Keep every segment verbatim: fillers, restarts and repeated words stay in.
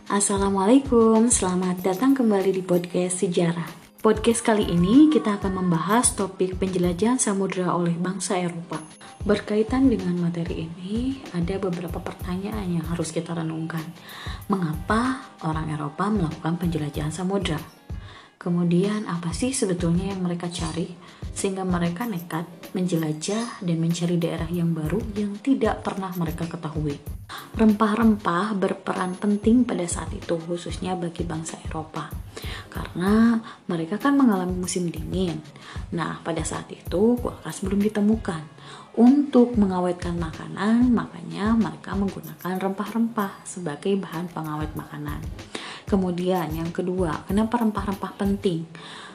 Assalamualaikum, selamat datang kembali di podcast Sejarah. Podcast kali ini kita akan membahas topik penjelajahan samudera oleh bangsa Eropa. Berkaitan dengan materi ini, ada beberapa pertanyaan yang harus kita renungkan. Mengapa orang Eropa melakukan penjelajahan samudera? Kemudian apa sih sebetulnya yang mereka cari sehingga mereka nekat menjelajah dan mencari daerah yang baru yang tidak pernah mereka ketahui. Rempah-rempah berperan penting pada saat itu, khususnya bagi bangsa Eropa, karena mereka kan mengalami musim dingin. Nah, pada saat itu kulkas belum ditemukan. Untuk mengawetkan makanan, makanya mereka menggunakan rempah-rempah sebagai bahan pengawet makanan. Kemudian yang kedua, kenapa rempah-rempah penting?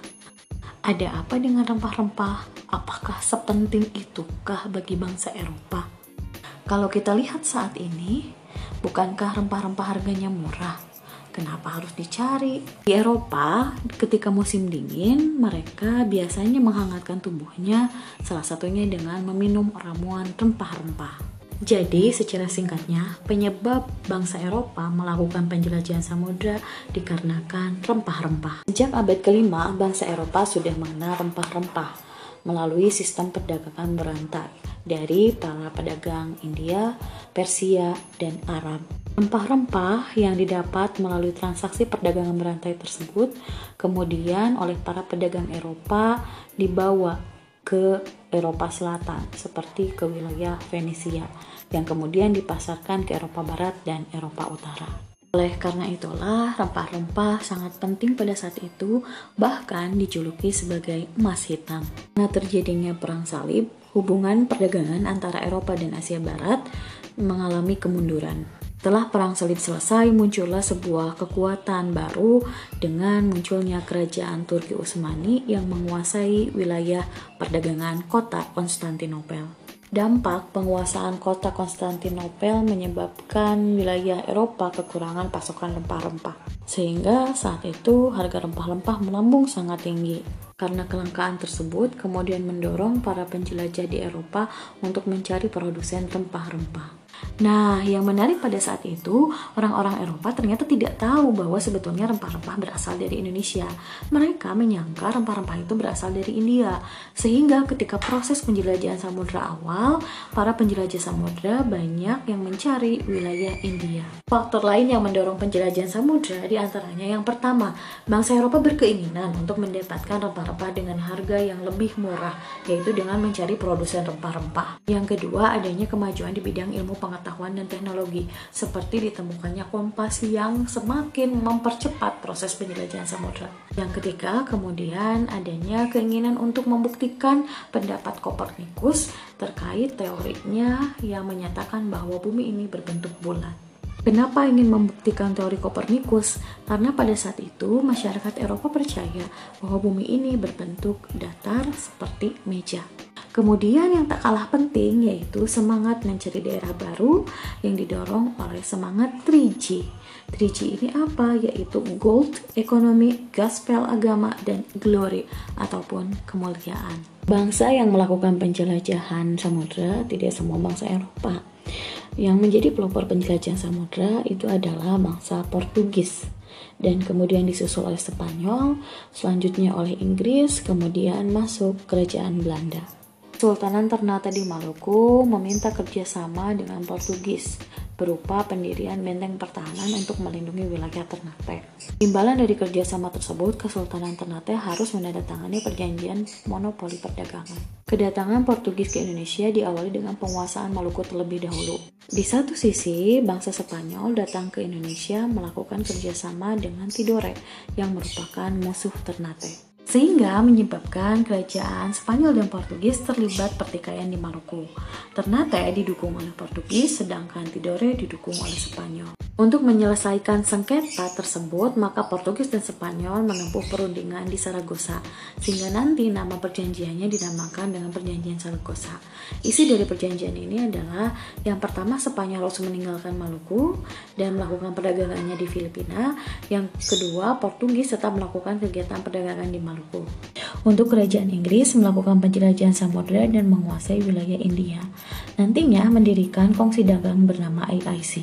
Ada apa dengan rempah-rempah? Apakah sepenting itukah bagi bangsa Eropa? Kalau kita lihat saat ini, bukankah rempah-rempah harganya murah? Kenapa harus dicari? Di Eropa, ketika musim dingin, mereka biasanya menghangatkan tubuhnya, salah satunya dengan meminum ramuan rempah-rempah. Jadi, secara singkatnya, penyebab bangsa Eropa melakukan penjelajahan samudera dikarenakan rempah-rempah. Sejak abad kelima, bangsa Eropa sudah mengenal rempah-rempah melalui sistem perdagangan berantai dari para pedagang India, Persia, dan Arab. Rempah-rempah yang didapat melalui transaksi perdagangan berantai tersebut kemudian oleh para pedagang Eropa dibawa ke Eropa Selatan seperti ke wilayah Venesia yang kemudian dipasarkan ke Eropa Barat dan Eropa Utara. Oleh karena itulah rempah-rempah sangat penting pada saat itu, bahkan dijuluki sebagai emas hitam. Karena terjadinya perang salib, hubungan perdagangan antara Eropa dan Asia Barat mengalami kemunduran. Setelah perang salib selesai, muncullah sebuah kekuatan baru dengan munculnya kerajaan Turki Utsmani yang menguasai wilayah perdagangan kota Konstantinopel. Dampak penguasaan kota Konstantinopel menyebabkan wilayah Eropa kekurangan pasokan rempah-rempah. Sehingga saat itu harga rempah-rempah melambung sangat tinggi. Karena kelangkaan tersebut kemudian mendorong para penjelajah di Eropa untuk mencari produsen rempah-rempah. Nah, yang menarik pada saat itu, orang-orang Eropa ternyata tidak tahu bahwa sebetulnya rempah-rempah berasal dari Indonesia. Mereka menyangka rempah-rempah itu berasal dari India. Sehingga ketika proses penjelajahan samudera awal, para penjelajah samudera banyak yang mencari wilayah India. Faktor lain yang mendorong penjelajahan samudera diantaranya yang pertama, bangsa Eropa berkeinginan untuk mendapatkan rempah-rempah dengan harga yang lebih murah, yaitu dengan mencari produsen rempah-rempah. Yang kedua, adanya kemajuan di bidang ilmu pengetahuan pengetahuan dan teknologi, seperti ditemukannya kompas yang semakin mempercepat proses penjelajahan samudera. Yang ketiga, kemudian adanya keinginan untuk membuktikan pendapat Kopernikus terkait teorinya yang menyatakan bahwa bumi ini berbentuk bulat. Kenapa ingin membuktikan teori Kopernikus? Karena pada saat itu masyarakat Eropa percaya bahwa bumi ini berbentuk datar seperti meja. Kemudian yang tak kalah penting yaitu semangat mencari daerah baru yang didorong oleh semangat tiga G. tiga G ini apa? Yaitu gold, ekonomi, gospel agama, dan glory ataupun kemuliaan. Bangsa yang melakukan penjelajahan samudera tidak semua bangsa Eropa. Yang menjadi pelopor penjelajahan samudera itu adalah bangsa Portugis, dan kemudian disusul oleh Spanyol, selanjutnya oleh Inggris, kemudian masuk kerajaan Belanda. Kesultanan Ternate di Maluku meminta kerjasama dengan Portugis berupa pendirian benteng pertahanan untuk melindungi wilayah Ternate. Imbalan dari kerjasama tersebut, Kesultanan Ternate harus menandatangani perjanjian monopoli perdagangan. Kedatangan Portugis ke Indonesia diawali dengan penguasaan Maluku terlebih dahulu. Di satu sisi, bangsa Spanyol datang ke Indonesia melakukan kerjasama dengan Tidore yang merupakan musuh Ternate, sehingga menyebabkan kerajaan Spanyol dan Portugis terlibat pertikaian di Maluku. Ternate didukung oleh Portugis, sedangkan Tidore didukung oleh Spanyol. Untuk menyelesaikan sengketa tersebut, maka Portugis dan Spanyol menempuh perundingan di Saragossa, sehingga nanti nama perjanjiannya dinamakan dengan Perjanjian Saragossa. Isi dari perjanjian ini adalah yang pertama, Spanyol harus meninggalkan Maluku dan melakukan perdagangannya di Filipina. Yang kedua, Portugis tetap melakukan kegiatan perdagangan di Maluku. Untuk kerajaan Inggris melakukan penjelajahan samudera dan menguasai wilayah India. Nantinya mendirikan kongsi dagang bernama A I C.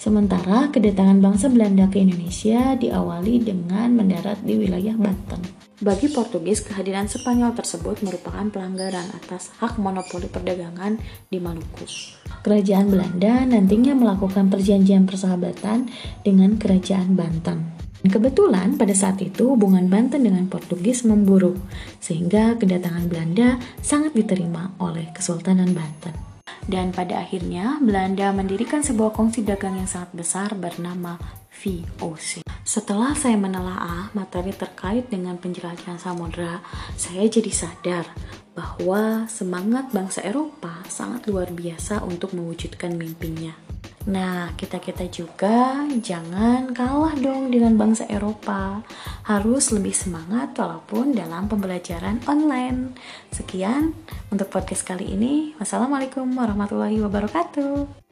Sementara kedatangan bangsa Belanda ke Indonesia diawali dengan mendarat di wilayah Banten. Bagi Portugis, kehadiran Spanyol tersebut merupakan pelanggaran atas hak monopoli perdagangan di Maluku. Kerajaan Belanda nantinya melakukan perjanjian persahabatan dengan Kerajaan Banten. Kebetulan pada saat itu hubungan Banten dengan Portugis memburuk, sehingga kedatangan Belanda sangat diterima oleh Kesultanan Banten. Dan pada akhirnya Belanda mendirikan sebuah kongsi dagang yang sangat besar bernama V O C. Setelah saya menelaah materi terkait dengan penjelajahan samudra, saya jadi sadar bahwa semangat bangsa Eropa sangat luar biasa untuk mewujudkan mimpinya. Nah, kita-kita juga jangan kalah dong dengan bangsa Eropa. Harus lebih semangat walaupun dalam pembelajaran online. Sekian untuk podcast kali ini. Wassalamualaikum warahmatullahi wabarakatuh.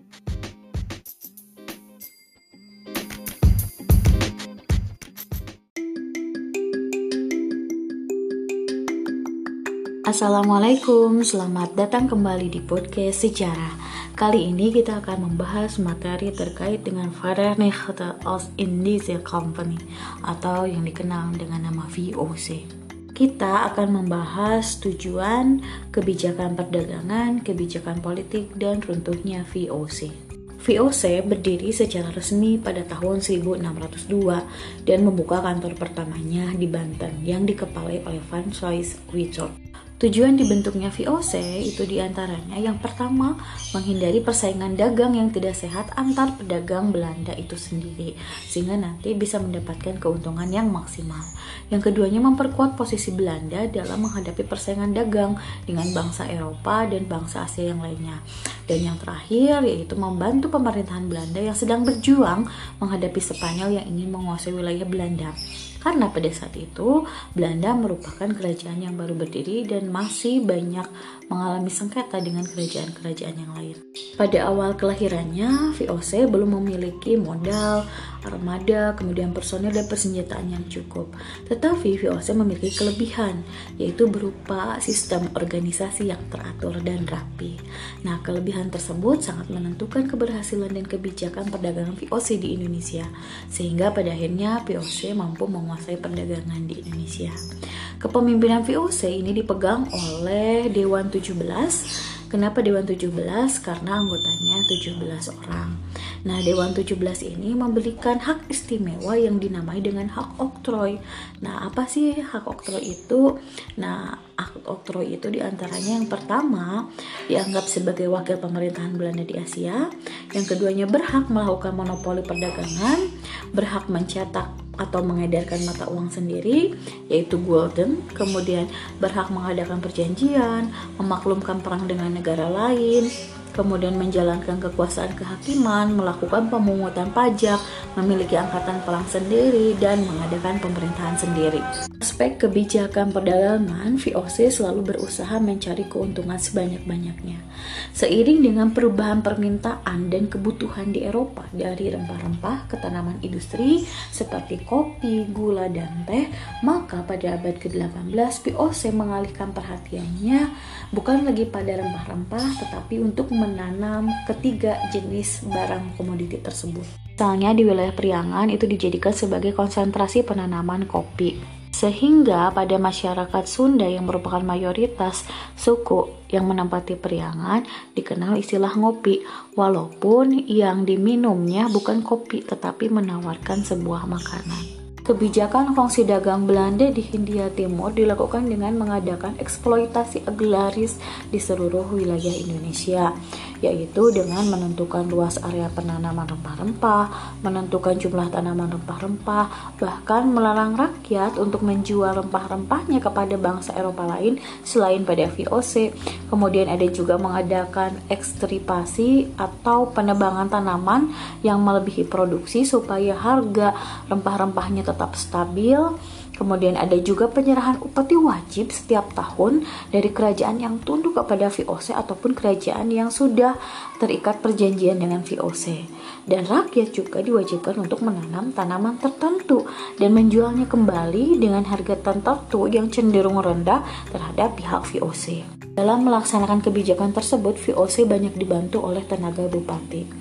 Assalamualaikum, selamat datang kembali di podcast Sejarah. Kali ini kita akan membahas materi terkait dengan Verenigde Oost-Indische Company atau yang dikenal dengan nama V O C. Kita akan membahas tujuan, kebijakan perdagangan, kebijakan politik, dan runtuhnya V O C. V O C berdiri secara resmi pada tahun seribu enam ratus dua dan membuka kantor pertamanya di Banten yang dikepalai oleh Francois Richard. Tujuan dibentuknya V O C itu diantaranya yang pertama, menghindari persaingan dagang yang tidak sehat antar pedagang Belanda itu sendiri, sehingga nanti bisa mendapatkan keuntungan yang maksimal. Yang keduanya, memperkuat posisi Belanda dalam menghadapi persaingan dagang dengan bangsa Eropa dan bangsa Asia yang lainnya. Dan yang terakhir yaitu membantu pemerintahan Belanda yang sedang berjuang menghadapi Spanyol yang ingin menguasai wilayah Belanda. Karena pada saat itu Belanda merupakan kerajaan yang baru berdiri dan masih banyak mengalami sengketa dengan kerajaan-kerajaan yang lain. Pada awal kelahirannya, V O C belum memiliki modal, armada, kemudian personel dan persenjataan yang cukup. Tetapi V O C memiliki kelebihan, yaitu berupa sistem organisasi yang teratur dan rapi. Nah, kelebihan tersebut sangat menentukan keberhasilan dan kebijakan perdagangan V O C di Indonesia, sehingga pada akhirnya V O C mampu menguasai perdagangan di Indonesia. Kepemimpinan V O C ini dipegang oleh Dewan tujuh belas. Kenapa Dewan tujuh belas? Karena anggotanya tujuh belas orang. Nah, Dewan tujuh belas ini memberikan hak istimewa yang dinamai dengan hak oktroy. Nah, apa sih hak oktroy itu? Nah, hak oktroy itu diantaranya yang pertama, dianggap sebagai wakil pemerintahan Belanda di Asia. Yang keduanya, berhak melakukan monopoli perdagangan, berhak mencetak atau mengedarkan mata uang sendiri, yaitu gulden, kemudian berhak mengadakan perjanjian, memaklumkan perang dengan negara lain, kemudian menjalankan kekuasaan kehakiman, melakukan pemungutan pajak, memiliki angkatan perang sendiri, dan mengadakan pemerintahan sendiri. Aspek kebijakan perdagangan, V O C selalu berusaha mencari keuntungan sebanyak-banyaknya. Seiring dengan perubahan permintaan dan kebutuhan di Eropa dari rempah-rempah ke tanaman industri seperti kopi, gula, dan teh, maka pada abad ke delapan belas V O C mengalihkan perhatiannya bukan lagi pada rempah-rempah tetapi untuk menanam ketiga jenis barang komoditi tersebut. Misalnya di wilayah Priangan itu dijadikan sebagai konsentrasi penanaman kopi. Sehingga pada masyarakat Sunda yang merupakan mayoritas suku yang menempati Priangan dikenal istilah ngopi, walaupun yang diminumnya bukan kopi tetapi menawarkan sebuah makanan. Kebijakan fungsi dagang Belanda di Hindia Timur dilakukan dengan mengadakan eksploitasi agraris di seluruh wilayah Indonesia, yaitu dengan menentukan luas area penanaman rempah-rempah, menentukan jumlah tanaman rempah-rempah, bahkan melarang rakyat untuk menjual rempah-rempahnya kepada bangsa Eropa lain selain pada V O C. Kemudian ada juga mengadakan ekstripasi atau penebangan tanaman yang melebihi produksi supaya harga rempah-rempahnya tetap stabil. Kemudian ada juga penyerahan upeti wajib setiap tahun dari kerajaan yang tunduk kepada V O C ataupun kerajaan yang sudah terikat perjanjian dengan V O C. Dan rakyat juga diwajibkan untuk menanam tanaman tertentu dan menjualnya kembali dengan harga tertentu yang cenderung rendah terhadap pihak V O C. Dalam melaksanakan kebijakan tersebut, V O C banyak dibantu oleh tenaga bupati.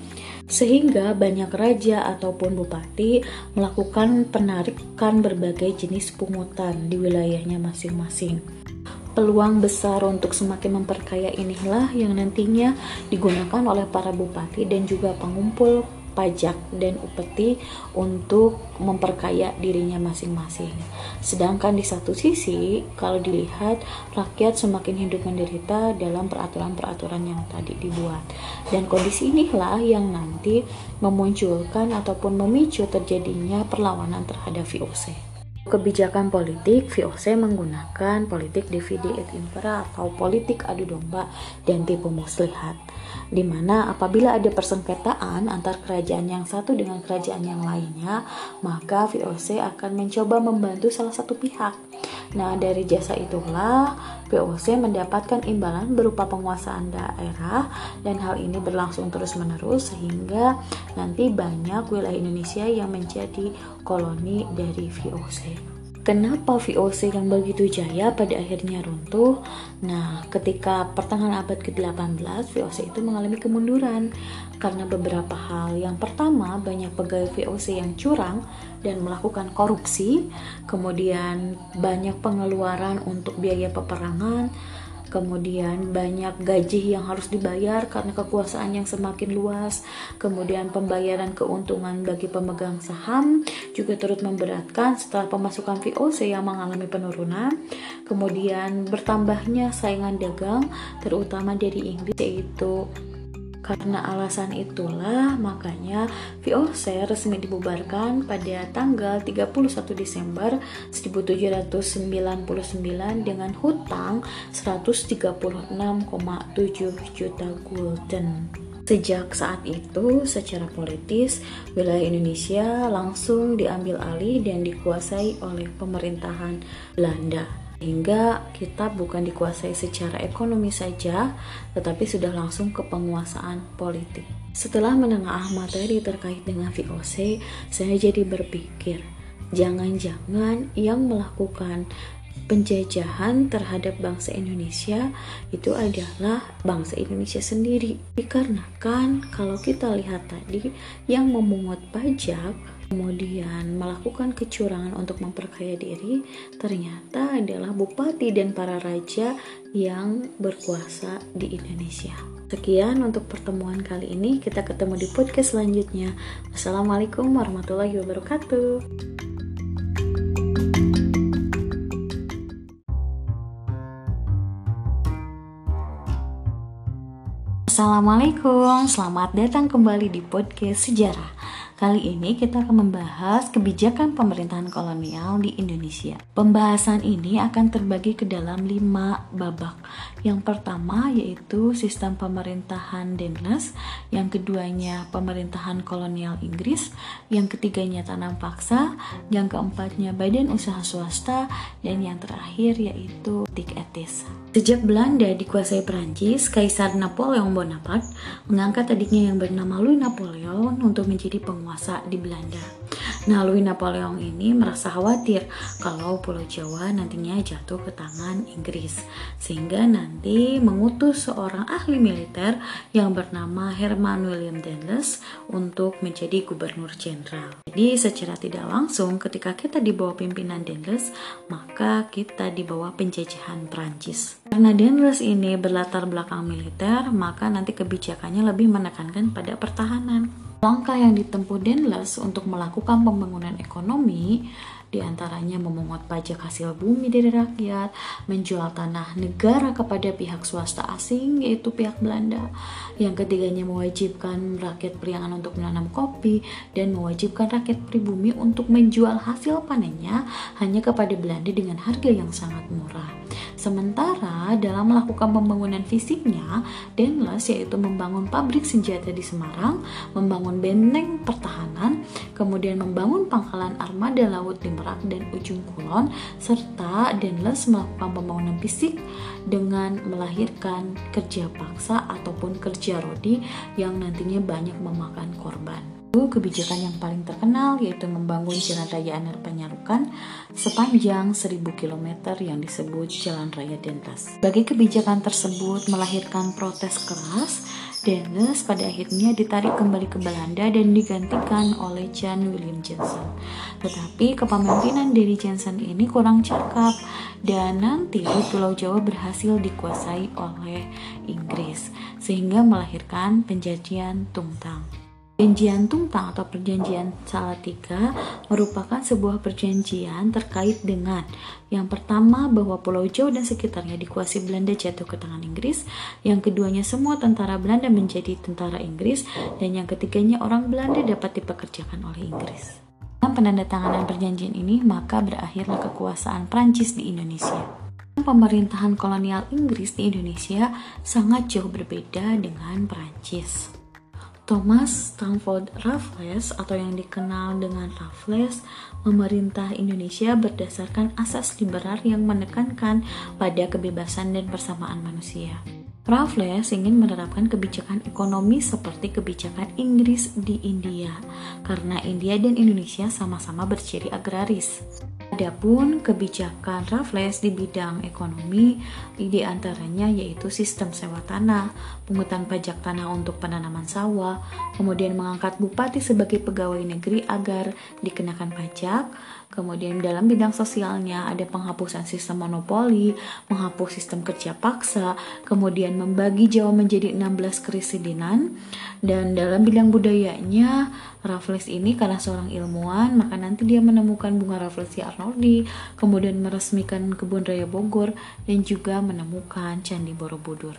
Sehingga banyak raja ataupun bupati melakukan penarikan berbagai jenis pungutan di wilayahnya masing-masing. Peluang besar untuk semakin memperkaya inilah yang nantinya digunakan oleh para bupati dan juga pengumpul pajak dan upeti untuk memperkaya dirinya masing-masing. Sedangkan di satu sisi, kalau dilihat, rakyat semakin hidup menderita dalam peraturan-peraturan yang tadi dibuat. Dan kondisi inilah yang nanti memunculkan ataupun memicu terjadinya perlawanan terhadap V O C. Kebijakan politik, V O C menggunakan politik divide et impera atau politik adu domba dan tipu muslihat, di mana apabila ada persengketaan antar kerajaan yang satu dengan kerajaan yang lainnya, maka V O C akan mencoba membantu salah satu pihak. Nah, dari jasa itulah V O C mendapatkan imbalan berupa penguasaan daerah, dan hal ini berlangsung terus-menerus sehingga nanti banyak wilayah Indonesia yang menjadi koloni dari V O C. Kenapa V O C yang begitu jaya pada akhirnya runtuh? Nah, ketika pertengahan abad ke delapan belas, V O C itu mengalami kemunduran karena beberapa hal. Yang pertama, banyak pegawai V O C yang curang dan melakukan korupsi. Kemudian banyak pengeluaran untuk biaya peperangan. Kemudian banyak gaji yang harus dibayar karena kekuasaan yang semakin luas. Kemudian pembayaran keuntungan bagi pemegang saham juga turut memberatkan setelah pemasukan V O C yang mengalami penurunan. Kemudian bertambahnya saingan dagang terutama dari Inggris, yaitu karena alasan itulah makanya V O C resmi dibubarkan pada tanggal tiga puluh satu Desember seribu tujuh ratus sembilan puluh sembilan dengan hutang seratus tiga puluh enam koma tujuh juta gulden. Sejak saat itu, secara politis, wilayah Indonesia langsung diambil alih dan dikuasai oleh pemerintahan Belanda. Hingga kita bukan dikuasai secara ekonomi saja, tetapi sudah langsung ke penguasaan politik. Setelah menelaah materi terkait dengan V O C, saya jadi berpikir, jangan-jangan yang melakukan penjajahan terhadap bangsa Indonesia itu adalah bangsa Indonesia sendiri. Dikarenakan kalau kita lihat tadi, yang memungut pajak kemudian melakukan kecurangan untuk memperkaya diri ternyata adalah bupati dan para raja yang berkuasa di Indonesia. Sekian untuk pertemuan kali ini, kita ketemu di podcast selanjutnya. Wassalamualaikum warahmatullahi wabarakatuh. Assalamualaikum, selamat datang kembali di podcast Sejarah. Kali ini kita akan membahas kebijakan pemerintahan kolonial di Indonesia. Pembahasan ini akan terbagi ke dalam lima babak. Yang pertama yaitu sistem pemerintahan Dendles, yang keduanya pemerintahan kolonial Inggris, yang ketiganya tanam paksa, yang keempatnya badan usaha swasta, dan yang terakhir yaitu etik etis. Sejak Belanda dikuasai Perancis, Kaisar Napoleon Bonaparte mengangkat adiknya yang bernama Louis Napoleon untuk menjadi penguasa di Belanda. Nah, Louis Napoleon ini merasa khawatir kalau Pulau Jawa nantinya jatuh ke tangan Inggris, sehingga nanti mengutus seorang ahli militer yang bernama Herman William Dendles untuk menjadi gubernur jenderal. Jadi secara tidak langsung ketika kita di bawah pimpinan Dendles, maka kita di bawah penjajahan Prancis. Karena Dendles ini berlatar belakang militer, maka nanti kebijakannya lebih menekankan pada pertahanan. Langkah yang ditempuh Dendles untuk melakukan pembangunan ekonomi diantaranya memungut pajak hasil bumi dari rakyat, menjual tanah negara kepada pihak swasta asing yaitu pihak Belanda. Yang ketiganya mewajibkan rakyat Priangan untuk menanam kopi dan mewajibkan rakyat pribumi untuk menjual hasil panennya hanya kepada Belanda dengan harga yang sangat murah. Sementara dalam melakukan pembangunan fisiknya, Dendles yaitu membangun pabrik senjata di Semarang, membangun benteng pertahanan, kemudian membangun pangkalan armada laut di Merak dan Ujung Kulon, serta Dendles melakukan pembangunan fisik dengan melahirkan kerja paksa ataupun kerja rodi yang nantinya banyak memakan korban. Kebijakan yang paling terkenal yaitu membangun Jalan Raya Anyar Panyarukan sepanjang seribu kilometer yang disebut Jalan Raya Dendles. Bagi kebijakan tersebut melahirkan protes keras Danish pada akhirnya ditarik kembali ke Belanda dan digantikan oleh Jan Willem Jansen. Tetapi kepemimpinan dari Jansen ini kurang cakap dan nanti Pulau Jawa berhasil dikuasai oleh Inggris sehingga melahirkan Perjanjian Tungtang. Perjanjian Tungtang atau Perjanjian Salatiga merupakan sebuah perjanjian terkait dengan yang pertama bahwa Pulau Jawa dan sekitarnya dikuasai Belanda jatuh ke tangan Inggris, yang keduanya semua tentara Belanda menjadi tentara Inggris, dan yang ketiganya orang Belanda dapat dipekerjakan oleh Inggris. Dengan penandatanganan perjanjian ini maka berakhirlah kekuasaan Prancis di Indonesia. Pemerintahan kolonial Inggris di Indonesia sangat jauh berbeda dengan Prancis. Thomas Stamford Raffles atau yang dikenal dengan Raffles memerintah Indonesia berdasarkan asas liberal yang menekankan pada kebebasan dan persamaan manusia. Raffles ingin menerapkan kebijakan ekonomi seperti kebijakan Inggris di India, karena India dan Indonesia sama-sama berciri agraris. Adapun kebijakan Raffles di bidang ekonomi, di antaranya yaitu sistem sewa tanah, pungutan pajak tanah untuk penanaman sawah, kemudian mengangkat bupati sebagai pegawai negeri agar dikenakan pajak. Kemudian dalam bidang sosialnya ada penghapusan sistem monopoli, menghapus sistem kerja paksa, kemudian membagi Jawa menjadi enam belas keresidenan. Dan dalam bidang budayanya, Raffles ini karena seorang ilmuwan, maka nanti dia menemukan bunga Rafflesia Arnoldi, kemudian meresmikan Kebun Raya Bogor, dan juga menemukan Candi Borobudur.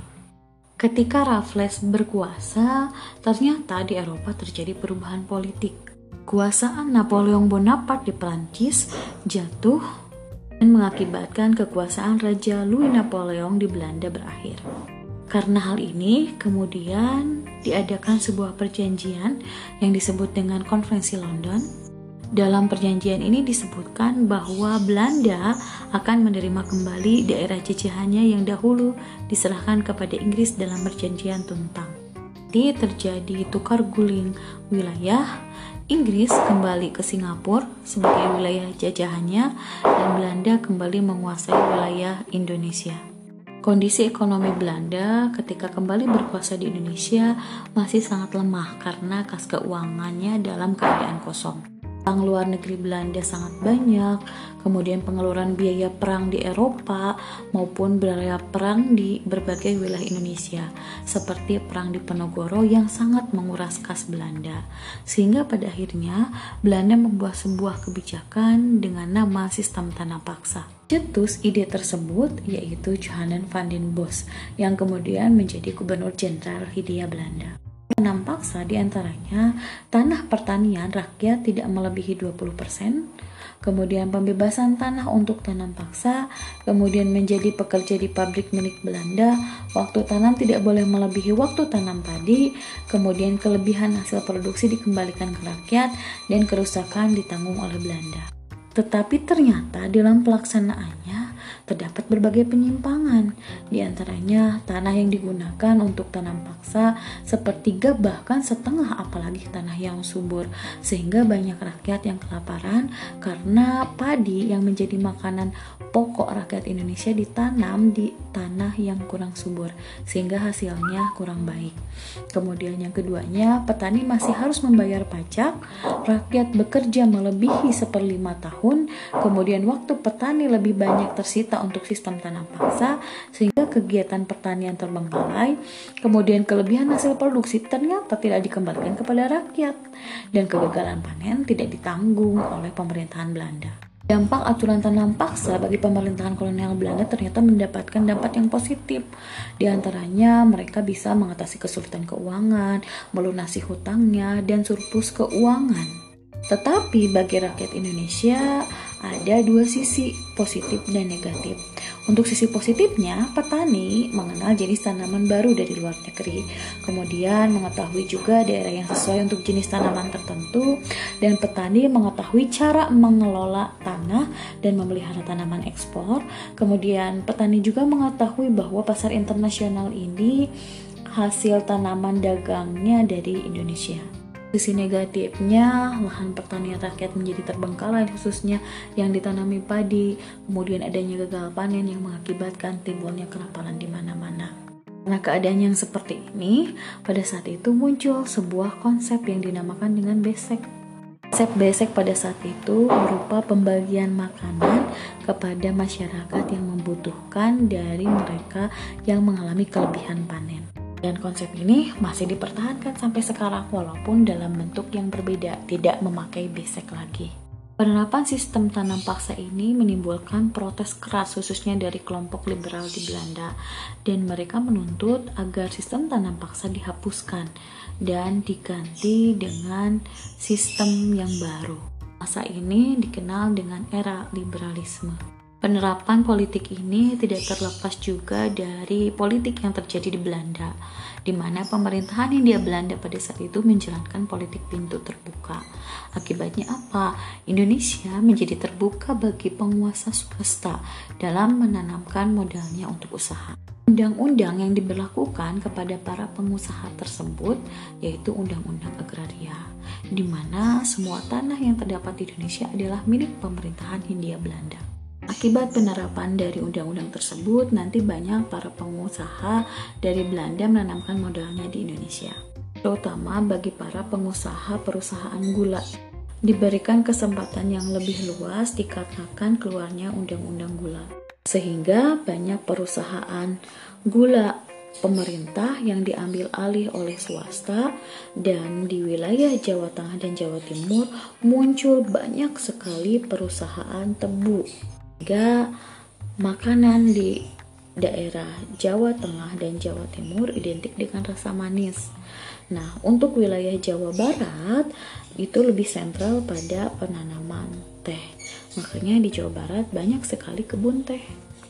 Ketika Raffles berkuasa, ternyata di Eropa terjadi perubahan politik. Kekuasaan Napoleon Bonaparte di Prancis jatuh dan mengakibatkan kekuasaan Raja Louis Napoleon di Belanda berakhir. Karena hal ini, kemudian diadakan sebuah perjanjian yang disebut dengan Konferensi London. Dalam perjanjian ini disebutkan bahwa Belanda akan menerima kembali daerah jajahannya yang dahulu diserahkan kepada Inggris dalam perjanjian Tungtang. Jadi terjadi tukar guling wilayah. Inggris kembali ke Singapura sebagai wilayah jajahannya dan Belanda kembali menguasai wilayah Indonesia. Kondisi ekonomi Belanda ketika kembali berkuasa di Indonesia masih sangat lemah karena kas keuangannya dalam keadaan kosong. Utang luar negeri Belanda sangat banyak, kemudian pengeluaran biaya perang di Eropa maupun biaya perang di berbagai wilayah Indonesia, seperti perang di Penogoro yang sangat menguras kas Belanda. Sehingga pada akhirnya Belanda membuat sebuah kebijakan dengan nama sistem tanah paksa. Cetus ide tersebut yaitu Johannes van den Bosch yang kemudian menjadi Gubernur Jenderal Hindia Belanda. Tanam paksa diantaranya tanah pertanian rakyat tidak melebihi dua puluh persen, kemudian pembebasan tanah untuk tanam paksa, kemudian menjadi pekerja di pabrik milik Belanda, waktu tanam tidak boleh melebihi waktu tanam padi, kemudian kelebihan hasil produksi dikembalikan ke rakyat, dan kerusakan ditanggung oleh Belanda. Tetapi ternyata dalam pelaksanaannya terdapat berbagai penyimpangan, di antaranya tanah yang digunakan untuk tanam paksa sepertiga bahkan setengah apalagi tanah yang subur, sehingga banyak rakyat yang kelaparan karena padi yang menjadi makanan pokok rakyat Indonesia ditanam di tanah yang kurang subur sehingga hasilnya kurang baik. Kemudian yang keduanya, petani masih harus membayar pajak, rakyat bekerja melebihi seperlima tahun, kemudian waktu petani lebih banyak tersita untuk sistem tanam paksa sehingga kegiatan pertanian terbengkalai, kemudian kelebihan hasil produksi ternyata tidak dikembalikan kepada rakyat dan kegagalan panen tidak ditanggung oleh pemerintahan Belanda. Dampak aturan tanam paksa bagi pemerintahan kolonial Belanda ternyata mendapatkan dampak yang positif. Di antaranya mereka bisa mengatasi kesulitan keuangan, melunasi hutangnya, dan surplus keuangan. Tetapi bagi rakyat Indonesia ada dua sisi positif dan negatif. Untuk sisi positifnya, petani mengenal jenis tanaman baru dari luar negeri, kemudian mengetahui juga daerah yang sesuai untuk jenis tanaman tertentu, dan petani mengetahui cara mengelola tanah dan memelihara tanaman ekspor. Kemudian petani juga mengetahui bahwa pasar internasional ini hasil tanaman dagangnya dari Indonesia. Sisi negatifnya, lahan pertanian rakyat menjadi terbengkalai khususnya yang ditanami padi, kemudian adanya gagal panen yang mengakibatkan timbulnya kelaparan di mana-mana. Nah, keadaan yang seperti ini, pada saat itu muncul sebuah konsep yang dinamakan dengan besek. Konsep besek pada saat itu berupa pembagian makanan kepada masyarakat yang membutuhkan dari mereka yang mengalami kelebihan panen. Dan konsep ini masih dipertahankan sampai sekarang walaupun dalam bentuk yang berbeda, tidak memakai besek lagi. Penerapan sistem tanam paksa ini menimbulkan protes keras khususnya dari kelompok liberal di Belanda, dan mereka menuntut agar sistem tanam paksa dihapuskan dan diganti dengan sistem yang baru. Masa ini dikenal dengan era liberalisme. Penerapan politik ini tidak terlepas juga dari politik yang terjadi di Belanda, di mana pemerintahan Hindia Belanda pada saat itu menjalankan politik pintu terbuka. Akibatnya apa? Indonesia menjadi terbuka bagi penguasa swasta dalam menanamkan modalnya untuk usaha. Undang-undang yang diberlakukan kepada para pengusaha tersebut yaitu Undang-Undang Agraria, di mana semua tanah yang terdapat di Indonesia adalah milik pemerintahan Hindia Belanda. Akibat penerapan dari undang-undang tersebut, nanti banyak para pengusaha dari Belanda menanamkan modalnya di Indonesia, terutama bagi para pengusaha perusahaan gula. Diberikan kesempatan yang lebih luas dikarenakan keluarnya undang-undang gula, sehingga banyak perusahaan gula pemerintah yang diambil alih oleh swasta, dan di wilayah Jawa Tengah dan Jawa Timur muncul banyak sekali perusahaan tebu. Sehingga makanan di daerah Jawa Tengah dan Jawa Timur identik dengan rasa manis. Nah, untuk wilayah Jawa Barat itu lebih sentral pada penanaman teh. Makanya di Jawa Barat banyak sekali kebun teh.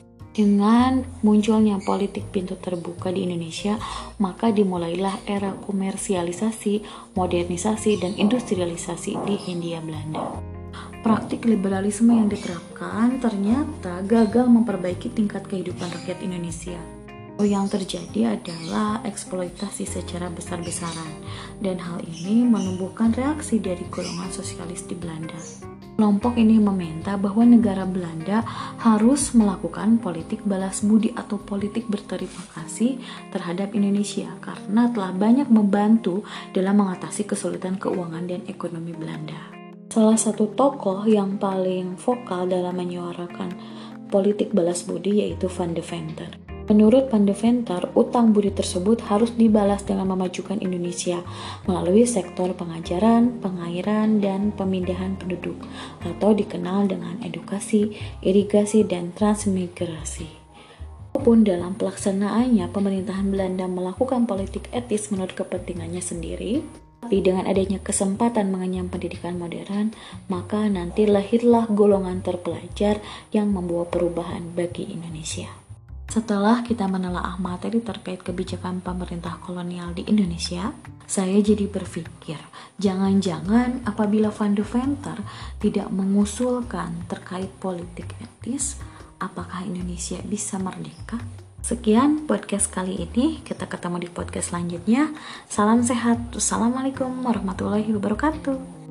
Dengan munculnya politik pintu terbuka di Indonesia, maka dimulailah era komersialisasi, modernisasi, dan industrialisasi di Hindia Belanda. Praktik liberalisme yang diterapkan ternyata gagal memperbaiki tingkat kehidupan rakyat Indonesia. Yang terjadi adalah eksploitasi secara besar-besaran, dan hal ini menumbuhkan reaksi dari golongan sosialis di Belanda. Kelompok ini meminta bahwa negara Belanda harus melakukan politik balas budi atau politik berterima kasih terhadap Indonesia karena telah banyak membantu dalam mengatasi kesulitan keuangan dan ekonomi Belanda. Salah satu tokoh yang paling vokal dalam menyuarakan politik balas budi yaitu Van Deventer. Menurut Van Deventer, utang budi tersebut harus dibalas dengan memajukan Indonesia melalui sektor pengajaran, pengairan, dan pemindahan penduduk, atau dikenal dengan edukasi, irigasi, dan transmigrasi. Walaupun dalam pelaksanaannya pemerintahan Belanda melakukan politik etis menurut kepentingannya sendiri, tapi dengan adanya kesempatan mengenyam pendidikan modern, maka nanti lahirlah golongan terpelajar yang membawa perubahan bagi Indonesia. Setelah kita menelaah materi terkait kebijakan pemerintah kolonial di Indonesia, saya jadi berpikir, jangan-jangan apabila Van Deventer tidak mengusulkan terkait politik etis, apakah Indonesia bisa merdeka? Sekian podcast kali ini, kita ketemu di podcast selanjutnya. Salam sehat, wassalamualaikum warahmatullahi wabarakatuh.